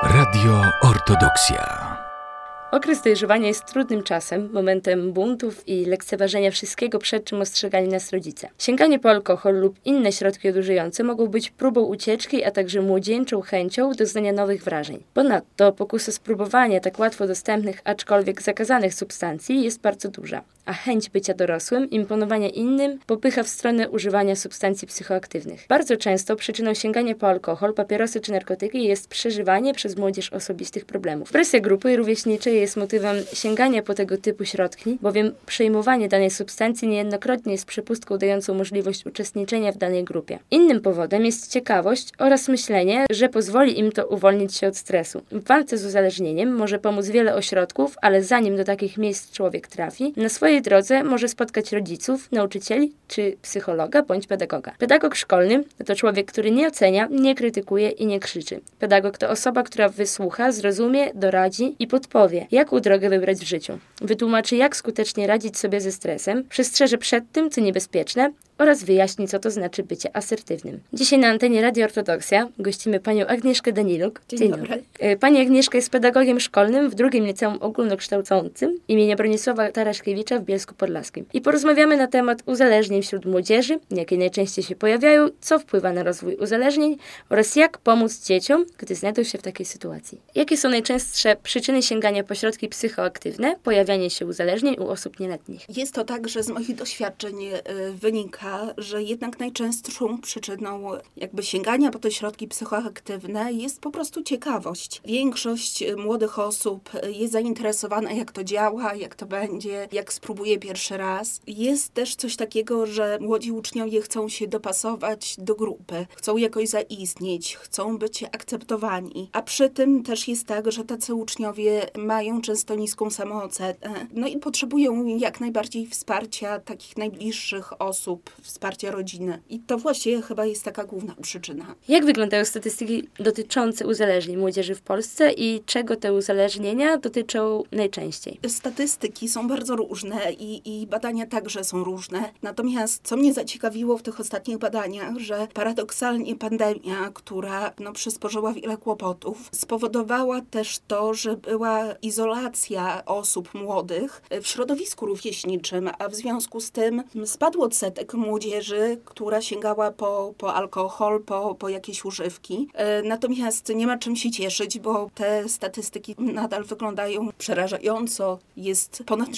Radio Ortodoksja. Okres dojrzewania jest trudnym czasem, momentem buntów i lekceważenia wszystkiego, przed czym ostrzegali nas rodzice. Sięganie po alkohol lub inne środki odurzające mogą być próbą ucieczki, a także młodzieńczą chęcią doznania nowych wrażeń. Ponadto pokusa spróbowania tak łatwo dostępnych, aczkolwiek zakazanych substancji jest bardzo duża, a chęć bycia dorosłym, imponowania innym popycha w stronę używania substancji psychoaktywnych. Bardzo często przyczyną sięgania po alkohol, papierosy czy narkotyki jest przeżywanie przez młodzież osobistych problemów. Presja grupy rówieśniczej jest motywem sięgania po tego typu środki, bowiem przejmowanie danej substancji niejednokrotnie jest przepustką dającą możliwość uczestniczenia w danej grupie. Innym powodem jest ciekawość oraz myślenie, że pozwoli im to uwolnić się od stresu. W walce z uzależnieniem może pomóc wiele ośrodków, ale zanim do takich miejsc człowiek trafi, na swojej drodze może spotkać rodziców, nauczycieli czy psychologa bądź pedagoga. Pedagog szkolny to człowiek, który nie ocenia, nie krytykuje i nie krzyczy. Pedagog to osoba, która wysłucha, zrozumie, doradzi i podpowie, jaką drogę wybrać w życiu. Wytłumaczy, jak skutecznie radzić sobie ze stresem, przestrzeże przed tym, co niebezpieczne oraz wyjaśni, co to znaczy bycie asertywnym. Dzisiaj na antenie Radio Ortodoksja gościmy panią Agnieszkę Daniluk. Dzień dobry. Pani Agnieszka jest pedagogiem szkolnym w drugim liceum ogólnokształcącym imienia Bronisława Taraszkiewicza w Bielsku Podlaskim. I porozmawiamy na temat uzależnień wśród młodzieży, jakie najczęściej się pojawiają, co wpływa na rozwój uzależnień oraz jak pomóc dzieciom, gdy znajdą się w takiej sytuacji. Jakie są najczęstsze przyczyny sięgania po środki psychoaktywne, pojawianie się uzależnień u osób nieletnich? Jest to tak, że z moich doświadczeń wynika, że jednak najczęstszą przyczyną sięgania po te środki psychoaktywne jest po prostu ciekawość. Większość młodych osób jest zainteresowana, jak to działa, jak to będzie, jak spróbuje pierwszy raz. Jest też coś takiego, że młodzi uczniowie chcą się dopasować do grupy, chcą jakoś zaistnieć, chcą być akceptowani. A przy tym też jest tak, że tacy uczniowie mają często niską samoocenę, i potrzebują jak najbardziej wsparcia takich najbliższych osób, wsparcia rodziny. I to właściwie chyba jest taka główna przyczyna. Jak wyglądają statystyki dotyczące uzależnień młodzieży w Polsce i czego te uzależnienia dotyczą najczęściej? Statystyki są bardzo różne i badania także są różne. Natomiast co mnie zaciekawiło w tych ostatnich badaniach, że paradoksalnie pandemia, która przysporzyła wiele kłopotów, spowodowała też to, że była izolacja osób młodych w środowisku rówieśniczym, a w związku z tym spadł odsetek młodzieży, która sięgała po alkohol, po jakieś używki. Natomiast nie ma czym się cieszyć, bo te statystyki nadal wyglądają przerażająco. Jest ponad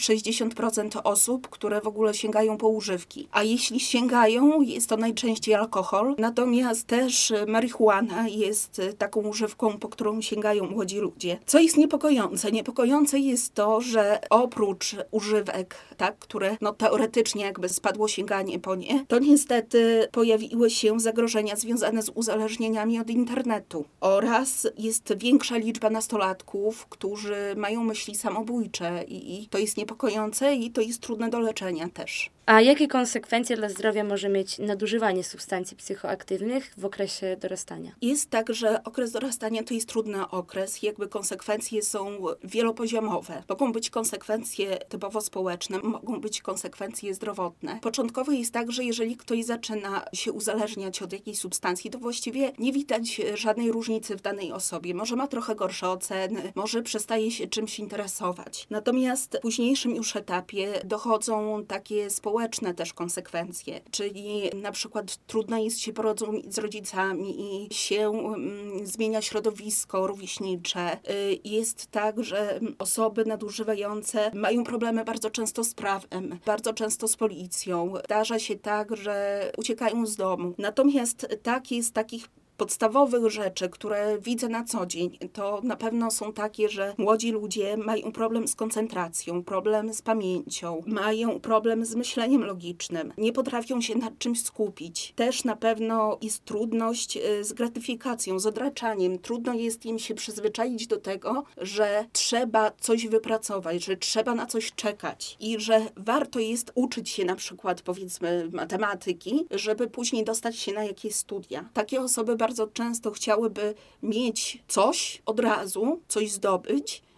60% osób, które w ogóle sięgają po używki. A jeśli sięgają, jest to najczęściej alkohol. Natomiast też marihuana jest taką używką, po którą sięgają młodzi ludzie. Co jest niepokojące? Niepokojące jest to, że oprócz używek, które teoretycznie spadło sięganie po nie, to niestety pojawiły się zagrożenia związane z uzależnieniami od internetu. Oraz jest większa liczba nastolatków, którzy mają myśli samobójcze i to jest niepokojące i to jest trudne do leczenia też. A jakie konsekwencje dla zdrowia może mieć nadużywanie substancji psychoaktywnych w okresie dorastania? Jest tak, że okres dorastania to jest trudny okres. Konsekwencje są wielopoziomowe. Mogą być konsekwencje typowo społeczne, mogą być konsekwencje zdrowotne. Początkowo jest tak, że jeżeli ktoś zaczyna się uzależniać od jakiejś substancji, to właściwie nie widać żadnej różnicy w danej osobie. Może ma trochę gorsze oceny, może przestaje się czymś interesować. Natomiast w późniejszym już etapie dochodzą takie społeczne też konsekwencje, czyli na przykład trudno jest się porozumieć z rodzicami i się zmienia środowisko rówieśnicze. Jest tak, że osoby nadużywające mają problemy bardzo często z prawem, bardzo często z policją. Zdarza się tak, że uciekają z domu. Natomiast takich podstawowych rzeczy, które widzę na co dzień, to na pewno są takie, że młodzi ludzie mają problem z koncentracją, problem z pamięcią, mają problem z myśleniem logicznym, nie potrafią się nad czymś skupić. Też na pewno jest trudność z gratyfikacją, z odraczaniem. Trudno jest im się przyzwyczaić do tego, że trzeba coś wypracować, że trzeba na coś czekać i że warto jest uczyć się na przykład, powiedzmy, matematyki, żeby później dostać się na jakieś studia. Takie osoby bardzo często chciałyby mieć coś od razu, coś zdobyć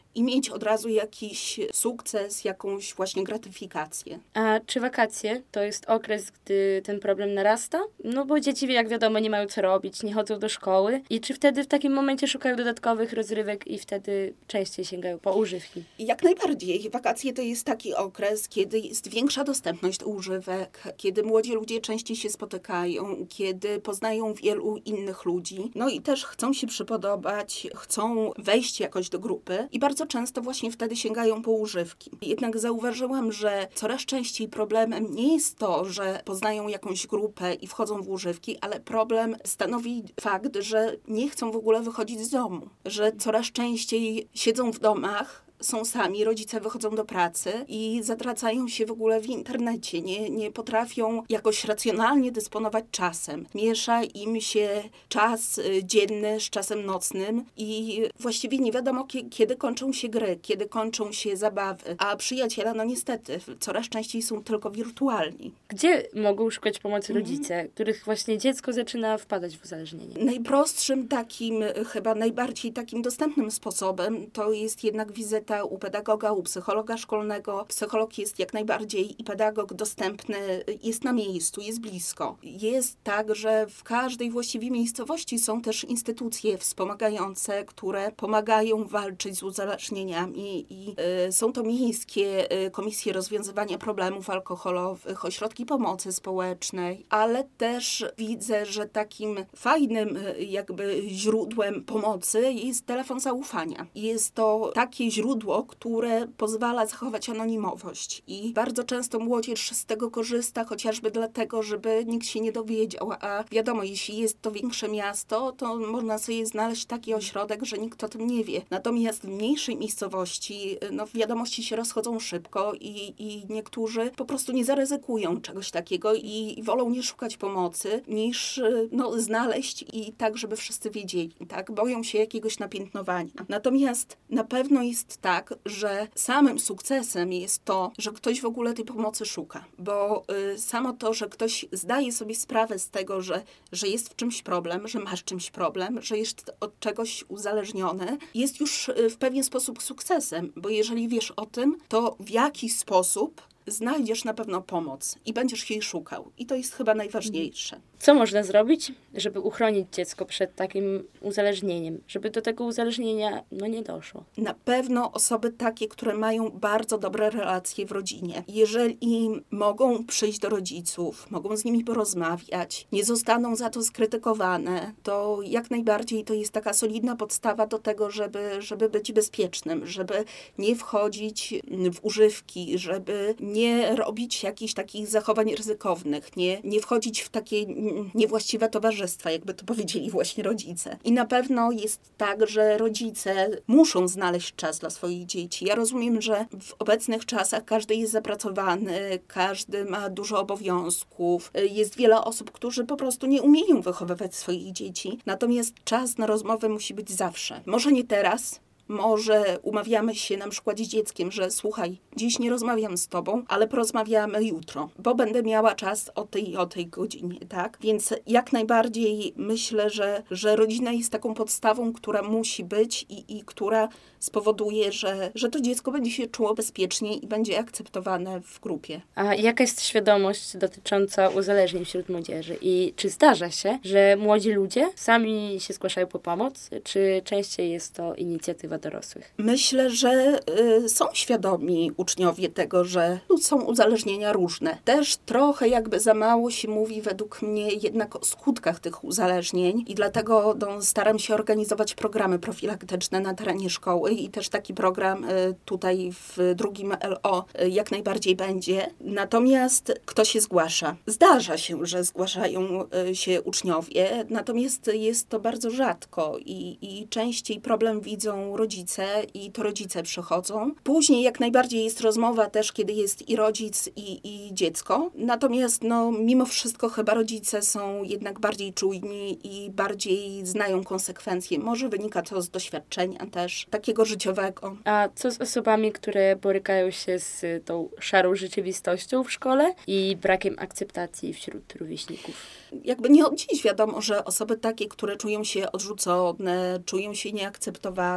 i mieć od razu jakiś sukces, jakąś właśnie gratyfikację. A czy wakacje to jest okres, gdy ten problem narasta? No bo dzieci, jak wiadomo, nie mają co robić, nie chodzą do szkoły. I czy wtedy w takim momencie szukają dodatkowych rozrywek i wtedy częściej sięgają po używki? Jak najbardziej. Wakacje to jest taki okres, kiedy jest większa dostępność do używek, kiedy młodzi ludzie częściej się spotykają, kiedy poznają wielu innych ludzi. No i też chcą się przypodobać, chcą wejść jakoś do grupy i bardzo często właśnie wtedy sięgają po używki. Jednak zauważyłam, że coraz częściej problemem nie jest to, że poznają jakąś grupę i wchodzą w używki, ale problem stanowi fakt, że nie chcą w ogóle wychodzić z domu, że coraz częściej siedzą w domach, są sami, rodzice wychodzą do pracy i zatracają się w ogóle w internecie. Nie potrafią jakoś racjonalnie dysponować czasem. Miesza im się czas dzienny z czasem nocnym i właściwie nie wiadomo, kiedy kończą się gry, kiedy kończą się zabawy. A przyjaciele, no niestety, coraz częściej są tylko wirtualni. Gdzie mogą szukać pomocy rodzice, których właśnie dziecko zaczyna wpadać w uzależnienie? Najprostszym takim, chyba najbardziej takim dostępnym sposobem to jest jednak wizyta u pedagoga, u psychologa szkolnego. Psycholog jest jak najbardziej i pedagog dostępny, jest na miejscu, jest blisko. Jest tak, że w każdej właściwie miejscowości są też instytucje wspomagające, które pomagają walczyć z uzależnieniami i są to miejskie komisje rozwiązywania problemów alkoholowych, ośrodki pomocy społecznej, ale też widzę, że takim fajnym jakby źródłem pomocy jest telefon zaufania. Jest to takie źródło, które pozwala zachować anonimowość i bardzo często młodzież z tego korzysta, chociażby dlatego, żeby nikt się nie dowiedział, a wiadomo, jeśli jest to większe miasto, to można sobie znaleźć taki ośrodek, że nikt o tym nie wie. Natomiast w mniejszej miejscowości, no wiadomości się rozchodzą szybko i niektórzy po prostu nie zaryzykują czegoś takiego i wolą nie szukać pomocy, niż znaleźć i tak, żeby wszyscy wiedzieli, tak? Boją się jakiegoś napiętnowania. Natomiast na pewno jest tak, że samym sukcesem jest to, że ktoś w ogóle tej pomocy szuka, bo samo to, że ktoś zdaje sobie sprawę z tego, że jest w czymś problem, że masz czymś problem, że jest od czegoś uzależniony, jest już w pewien sposób sukcesem, bo jeżeli wiesz o tym, to w jaki sposób znajdziesz na pewno pomoc i będziesz jej szukał. I to jest chyba najważniejsze. Co można zrobić, żeby uchronić dziecko przed takim uzależnieniem, żeby do tego uzależnienia nie doszło? Na pewno osoby takie, które mają bardzo dobre relacje w rodzinie, jeżeli mogą przyjść do rodziców, mogą z nimi porozmawiać, nie zostaną za to skrytykowane, to jak najbardziej to jest taka solidna podstawa do tego, żeby być bezpiecznym, żeby nie wchodzić w używki, żeby nie robić jakichś takich zachowań ryzykownych, nie wchodzić w takie niewłaściwe towarzystwa, jakby to powiedzieli właśnie rodzice. I na pewno jest tak, że rodzice muszą znaleźć czas dla swoich dzieci. Ja rozumiem, że w obecnych czasach każdy jest zapracowany, każdy ma dużo obowiązków. Jest wiele osób, którzy po prostu nie umieją wychowywać swoich dzieci. Natomiast czas na rozmowę musi być zawsze. Może nie teraz, może umawiamy się na przykład z dzieckiem, że słuchaj, dziś nie rozmawiam z tobą, ale porozmawiamy jutro, bo będę miała czas o tej godzinie, tak? Więc jak najbardziej myślę, że rodzina jest taką podstawą, która musi być i która spowoduje, że to dziecko będzie się czuło bezpiecznie i będzie akceptowane w grupie. A jaka jest świadomość dotycząca uzależnień wśród młodzieży? I czy zdarza się, że młodzi ludzie sami się zgłaszają po pomoc, czy częściej jest to inicjatywa dorosłych? Myślę, że są świadomi uczniowie tego, że są uzależnienia różne. Też trochę jakby za mało się mówi według mnie jednak o skutkach tych uzależnień i dlatego staram się organizować programy profilaktyczne na terenie szkoły i też taki program tutaj w drugim LO jak najbardziej będzie. Natomiast kto się zgłasza? Zdarza się, że zgłaszają się uczniowie, natomiast jest to bardzo rzadko i częściej problem widzą rodzice i to rodzice przychodzą. Później jak najbardziej jest rozmowa też, kiedy jest i rodzic, i dziecko. Natomiast mimo wszystko chyba rodzice są jednak bardziej czujni i bardziej znają konsekwencje. Może wynika to z doświadczenia też takiego życiowego. A co z osobami, które borykają się z tą szarą rzeczywistością w szkole i brakiem akceptacji wśród rówieśników? Jakby nie od dziś wiadomo, że osoby takie, które czują się odrzucone, czują się nieakceptowane,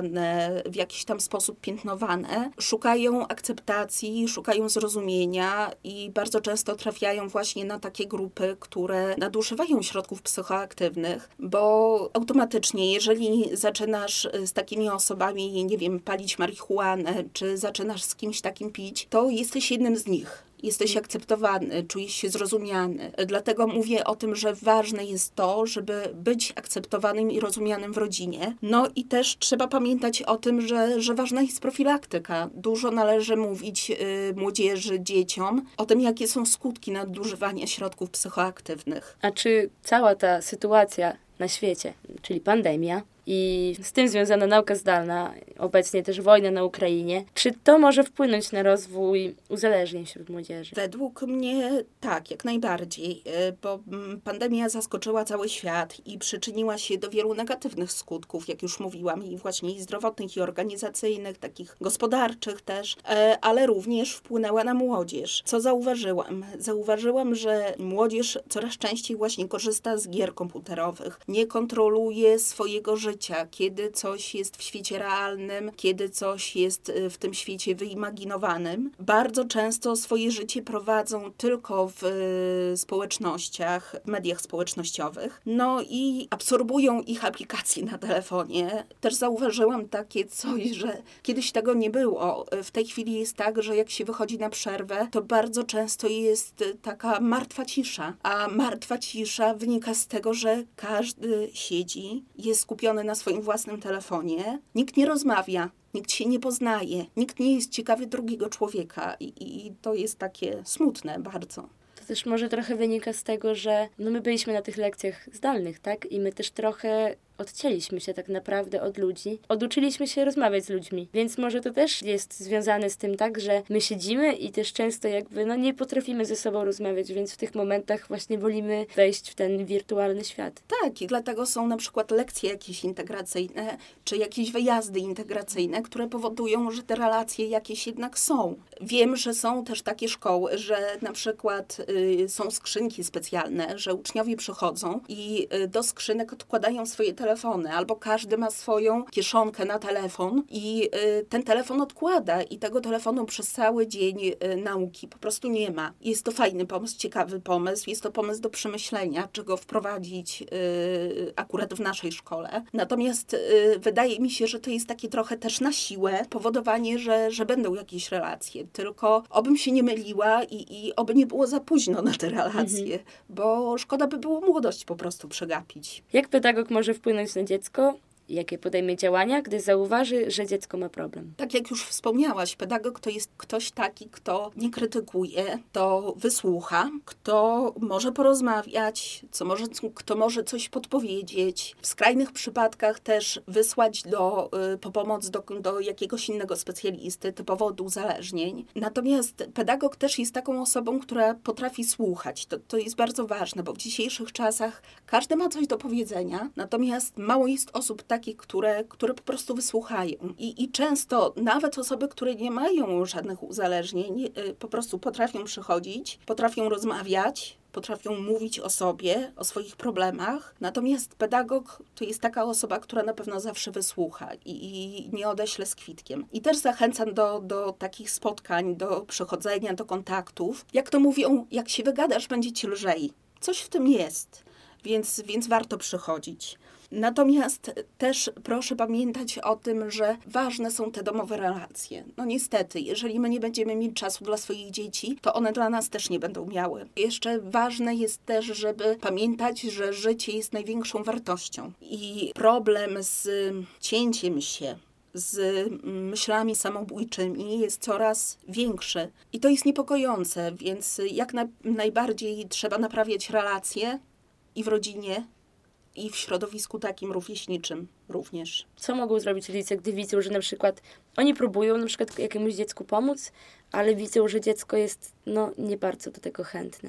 one w jakiś tam sposób piętnowane, szukają akceptacji, szukają zrozumienia i bardzo często trafiają właśnie na takie grupy, które nadużywają środków psychoaktywnych, bo automatycznie, jeżeli zaczynasz z takimi osobami, nie wiem, palić marihuanę, czy zaczynasz z kimś takim pić, to jesteś jednym z nich. Jesteś akceptowany, czujesz się zrozumiany. Dlatego mówię o tym, że ważne jest to, żeby być akceptowanym i rozumianym w rodzinie. No i też trzeba pamiętać o tym, że ważna jest profilaktyka. Dużo należy mówić młodzieży, dzieciom o tym, jakie są skutki nadużywania środków psychoaktywnych. A czy cała ta sytuacja na świecie, czyli pandemia i z tym związana nauka zdalna, obecnie też wojna na Ukrainie, czy to może wpłynąć na rozwój uzależnień wśród młodzieży? Według mnie tak, jak najbardziej, bo pandemia zaskoczyła cały świat i przyczyniła się do wielu negatywnych skutków, jak już mówiłam, i właśnie i zdrowotnych, i organizacyjnych, takich gospodarczych też, ale również wpłynęła na młodzież. Co zauważyłam? Zauważyłam, że młodzież coraz częściej właśnie korzysta z gier komputerowych, nie kontroluje swojego życia, kiedy coś jest w świecie realnym, kiedy coś jest w tym świecie wyimaginowanym. Bardzo często swoje życie prowadzą tylko w społecznościach, w mediach społecznościowych. No i absorbują ich aplikacje na telefonie. Też zauważyłam takie coś, że kiedyś tego nie było. W tej chwili jest tak, że jak się wychodzi na przerwę, to bardzo często jest taka martwa cisza. A martwa cisza wynika z tego, że każdy siedzi, jest skupiony na swoim własnym telefonie, nikt nie rozmawia, nikt się nie poznaje, nikt nie jest ciekawy drugiego człowieka i to jest takie smutne bardzo. To też może trochę wynika z tego, że my byliśmy na tych lekcjach zdalnych, tak? I my też trochę odcięliśmy się tak naprawdę od ludzi. Oduczyliśmy się rozmawiać z ludźmi. Więc może to też jest związane z tym, tak, że my siedzimy i też często nie potrafimy ze sobą rozmawiać, więc w tych momentach właśnie wolimy wejść w ten wirtualny świat. Tak, i dlatego są na przykład lekcje jakieś integracyjne, czy jakieś wyjazdy integracyjne, które powodują, że te relacje jakieś jednak są. Wiem, że są też takie szkoły, że na przykład są skrzynki specjalne, że uczniowie przychodzą i do skrzynek odkładają swoje telefony, albo każdy ma swoją kieszonkę na telefon i ten telefon odkłada i tego telefonu przez cały dzień nauki po prostu nie ma. Jest to fajny pomysł, ciekawy pomysł, jest to pomysł do przemyślenia, czego wprowadzić akurat w naszej szkole. Natomiast wydaje mi się, że to jest takie trochę też na siłę powodowanie, że będą jakieś relacje, tylko obym się nie myliła i oby nie było za późno na te relacje, bo szkoda by było młodość po prostu przegapić. Jak pedagog może wpłynąć na dziecko? Jakie podejmie działania, gdy zauważy, że dziecko ma problem? Tak jak już wspomniałaś, pedagog to jest ktoś taki, kto nie krytykuje, kto wysłucha, kto może porozmawiać, kto może coś podpowiedzieć. W skrajnych przypadkach też wysłać po pomoc do jakiegoś innego specjalisty, typowo od uzależnień. Natomiast pedagog też jest taką osobą, która potrafi słuchać. To jest bardzo ważne, bo w dzisiejszych czasach każdy ma coś do powiedzenia, natomiast mało jest osób takich, które po prostu wysłuchają. I często nawet osoby, które nie mają żadnych uzależnień, po prostu potrafią przychodzić, potrafią rozmawiać, potrafią mówić o sobie, o swoich problemach. Natomiast pedagog to jest taka osoba, która na pewno zawsze wysłucha i nie odeśle z kwitkiem. I też zachęcam do takich spotkań, do przychodzenia, do kontaktów. Jak to mówią, jak się wygadasz, będzie ci lżej. Coś w tym jest, więc warto przychodzić. Natomiast też proszę pamiętać o tym, że ważne są te domowe relacje. No niestety, jeżeli my nie będziemy mieć czasu dla swoich dzieci, to one dla nas też nie będą miały. Jeszcze ważne jest też, żeby pamiętać, że życie jest największą wartością. I problem z cięciem się, z myślami samobójczymi jest coraz większy. I to jest niepokojące, więc jak najbardziej trzeba naprawiać relacje i w rodzinie, i w środowisku takim rówieśniczym również. Co mogą zrobić rodzice, gdy widzą, że na przykład oni próbują na przykład jakiemuś dziecku pomóc, ale widzą, że dziecko jest nie bardzo do tego chętne?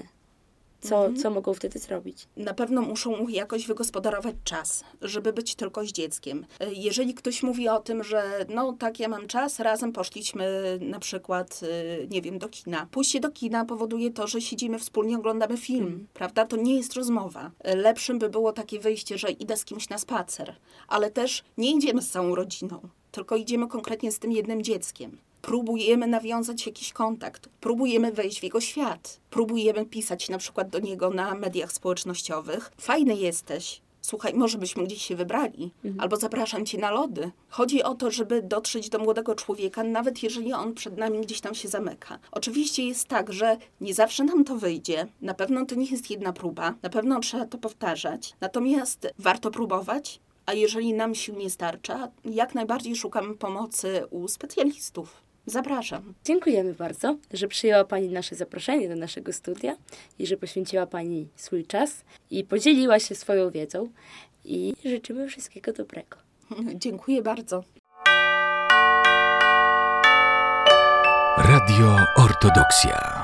Co mogą wtedy zrobić? Na pewno muszą jakoś wygospodarować czas, żeby być tylko z dzieckiem. Jeżeli ktoś mówi o tym, że tak, ja mam czas, razem poszliśmy na przykład, nie wiem, do kina. Pójście do kina powoduje to, że siedzimy wspólnie, oglądamy film, prawda? To nie jest rozmowa. Lepszym by było takie wyjście, że idę z kimś na spacer, ale też nie idziemy z całą rodziną. tylko idziemy konkretnie z tym jednym dzieckiem. Próbujemy nawiązać jakiś kontakt, próbujemy wejść w jego świat, próbujemy pisać na przykład do niego na mediach społecznościowych. Fajny jesteś. Słuchaj, może byśmy gdzieś się wybrali, albo zapraszam cię na lody. Chodzi o to, żeby dotrzeć do młodego człowieka, nawet jeżeli on przed nami gdzieś tam się zamyka. Oczywiście jest tak, że nie zawsze nam to wyjdzie. Na pewno to nie jest jedna próba, na pewno trzeba to powtarzać. Natomiast warto próbować, a jeżeli nam sił nie starcza, jak najbardziej szukamy pomocy u specjalistów. Zapraszam. Dziękujemy bardzo, że przyjęła Pani nasze zaproszenie do naszego studia i że poświęciła Pani swój czas i podzieliła się swoją wiedzą i życzymy wszystkiego dobrego. Dziękuję bardzo. Radio Ortodoksja.